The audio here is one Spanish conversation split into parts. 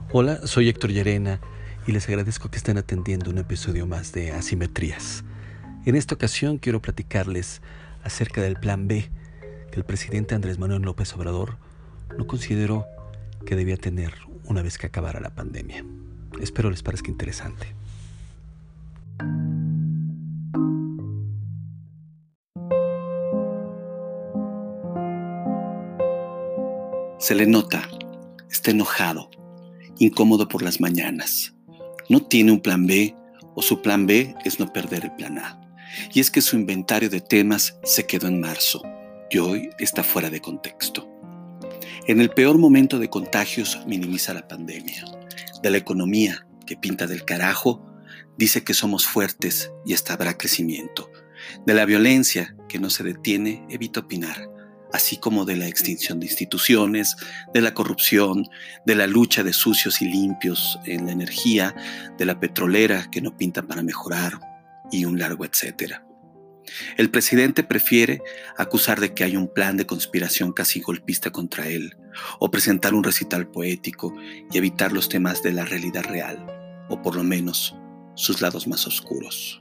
Hola, soy Héctor Llerena y les agradezco que estén atendiendo un episodio más de Asimetrías. En esta ocasión quiero platicarles acerca del plan B que el presidente Andrés Manuel López Obrador no consideró que debía tener una vez que acabara la pandemia. Espero les parezca interesante. Se le nota, está enojado, incómodo por las mañanas. No tiene un plan B o su plan B es no perder el plan A. Y es que su inventario de temas se quedó en marzo y hoy está fuera de contexto. En el peor momento de contagios minimiza la pandemia. De la economía que pinta del carajo, dice que somos fuertes y hasta habrá crecimiento. De la violencia que no se detiene, evita opinar. Así como de la extinción de instituciones, de la corrupción, de la lucha de sucios y limpios en la energía, de la petrolera que no pinta para mejorar y un largo etcétera. El presidente prefiere acusar de que hay un plan de conspiración casi golpista contra él, o presentar un recital poético y evitar los temas de la realidad real, o por lo menos sus lados más oscuros.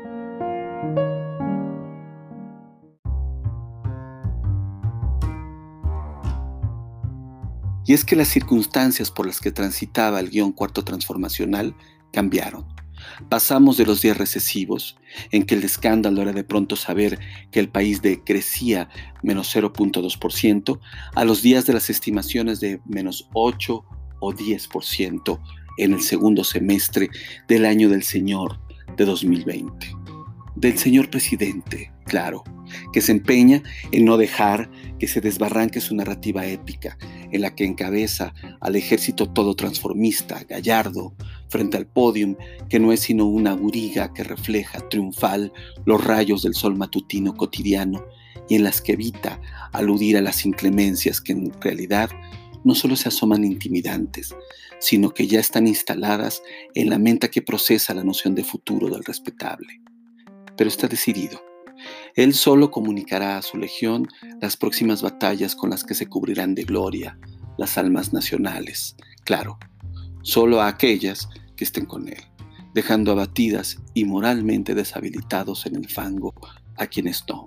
Y es que las circunstancias por las que transitaba el guión cuarto transformacional cambiaron. Pasamos de los días recesivos, en que el escándalo era de pronto saber que el país decrecía menos 0.2%, a los días de las estimaciones de menos 8 o 10% en el segundo semestre del año del Señor de 2020. Del señor presidente, claro, que se empeña en no dejar que se desbarranque su narrativa épica, en la que encabeza al ejército todo transformista, gallardo, frente al pódium, que no es sino una auriga que refleja triunfal los rayos del sol matutino cotidiano y en las que evita aludir a las inclemencias que en realidad no solo se asoman intimidantes, sino que ya están instaladas en la mente que procesa la noción de futuro del respetable. Pero está decidido. Él solo comunicará a su legión las próximas batallas con las que se cubrirán de gloria las almas nacionales. Claro, solo a aquellas que estén con él, dejando abatidas y moralmente deshabilitados en el fango a quienes no.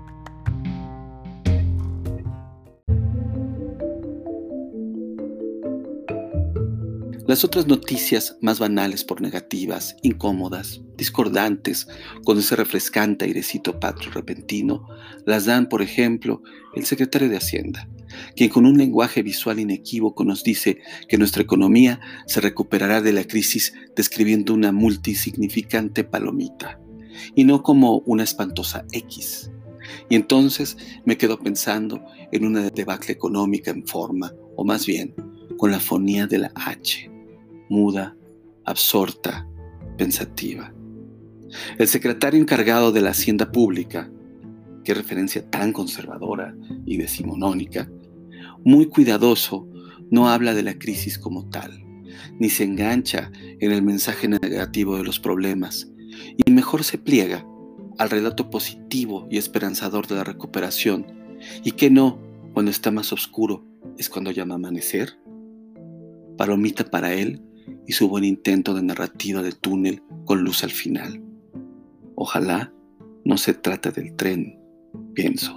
Las otras noticias más banales por negativas, incómodas, discordantes, con ese refrescante airecito patrio repentino, las dan, por ejemplo, el secretario de Hacienda, quien con un lenguaje visual inequívoco nos dice que nuestra economía se recuperará de la crisis describiendo una multisignificante palomita, y no como una espantosa X. Y entonces me quedo pensando en una debacle económica en forma, o más bien, con la fonía de la H, muda, absorta, pensativa. El secretario encargado de la Hacienda Pública, qué referencia tan conservadora y decimonónica, muy cuidadoso, no habla de la crisis como tal, ni se engancha en el mensaje negativo de los problemas, y mejor se pliega al relato positivo y esperanzador de la recuperación, y que no, cuando está más oscuro, es cuando llama amanecer. Palomita para él y su buen intento de narrativa de túnel con luz al final. Ojalá no se trate del tren, pienso.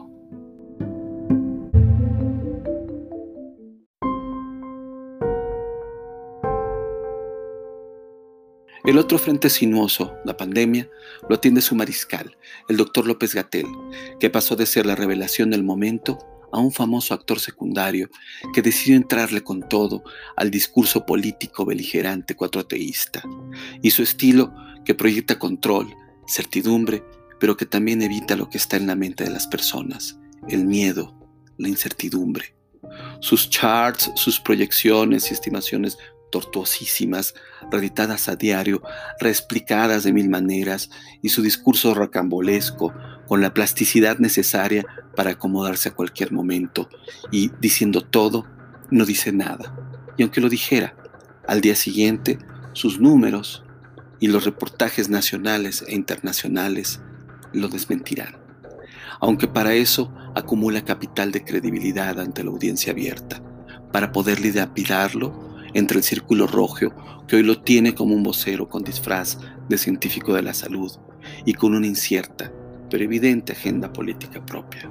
El otro frente sinuoso, la pandemia, lo atiende su mariscal, el doctor López-Gatell, que pasó de ser la revelación del momento a un famoso actor secundario que decidió entrarle con todo al discurso político beligerante cuatroteísta, y su estilo que proyecta control, certidumbre, pero que también evita lo que está en la mente de las personas, el miedo, la incertidumbre. Sus charts, sus proyecciones y estimaciones tortuosísimas, reeditadas a diario, reexplicadas de mil maneras, y su discurso rocambolesco, con la plasticidad necesaria para acomodarse a cualquier momento, y diciendo todo, no dice nada. Y aunque lo dijera, al día siguiente, sus números y los reportajes nacionales e internacionales lo desmentirán. Aunque para eso acumula capital de credibilidad ante la audiencia abierta, para poder dilapidarlo entre el círculo rojo, que hoy lo tiene como un vocero con disfraz de científico de la salud y con una incierta pero evidente agenda política propia.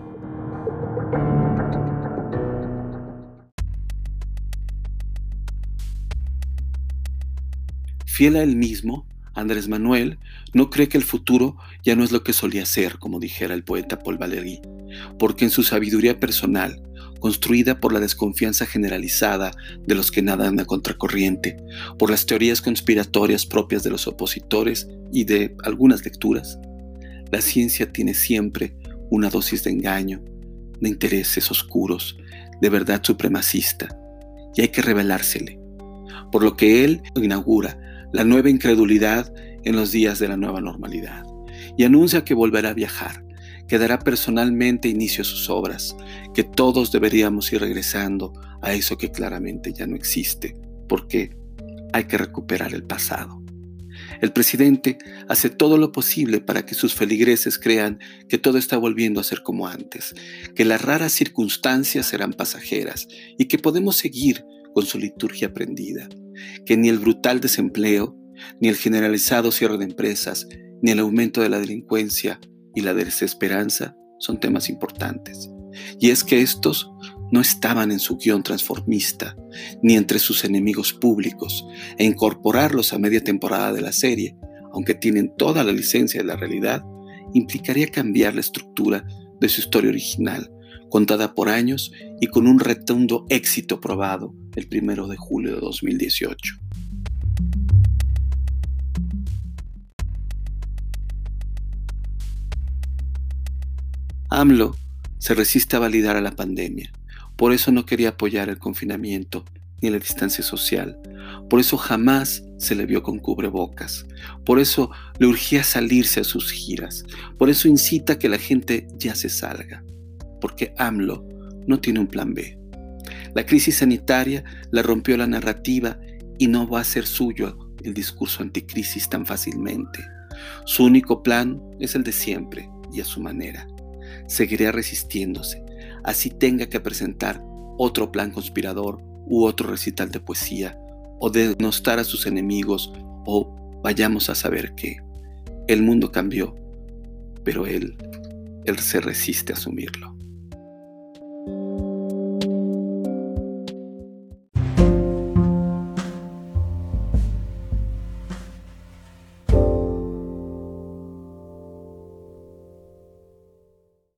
Fiel a él mismo, Andrés Manuel no cree que el futuro ya no es lo que solía ser, como dijera el poeta Paul Valéry, porque en su sabiduría personal, construida por la desconfianza generalizada de los que nadan a contracorriente, por las teorías conspiratorias propias de los opositores y de algunas lecturas, la ciencia tiene siempre una dosis de engaño, de intereses oscuros, de verdad supremacista, y hay que revelársele, por lo que él inaugura la nueva incredulidad en los días de la nueva normalidad, y anuncia que volverá a viajar, que dará personalmente inicio a sus obras, que todos deberíamos ir regresando a eso que claramente ya no existe, porque hay que recuperar el pasado. El presidente hace todo lo posible para que sus feligreses crean que todo está volviendo a ser como antes, que las raras circunstancias serán pasajeras y que podemos seguir con su liturgia aprendida, que ni el brutal desempleo, ni el generalizado cierre de empresas, ni el aumento de la delincuencia y la desesperanza son temas importantes. Y es que estos no estaban en su guión transformista, ni entre sus enemigos públicos, e incorporarlos a media temporada de la serie, aunque tienen toda la licencia de la realidad, implicaría cambiar la estructura de su historia original, contada por años y con un rotundo éxito probado el 1 de julio de 2018. AMLO se resiste a validar a la pandemia. Por eso no quería apoyar el confinamiento ni la distancia social. Por eso jamás se le vio con cubrebocas. Por eso le urgía salirse a sus giras. Por eso incita a que la gente ya se salga. Porque AMLO no tiene un plan B. La crisis sanitaria le rompió la narrativa y no va a ser suyo el discurso anticrisis tan fácilmente. Su único plan es el de siempre y a su manera. Seguirá resistiéndose, así tenga que presentar otro plan conspirador u otro recital de poesía, o denostar a sus enemigos, o vayamos a saber qué. El mundo cambió, pero él se resiste a asumirlo.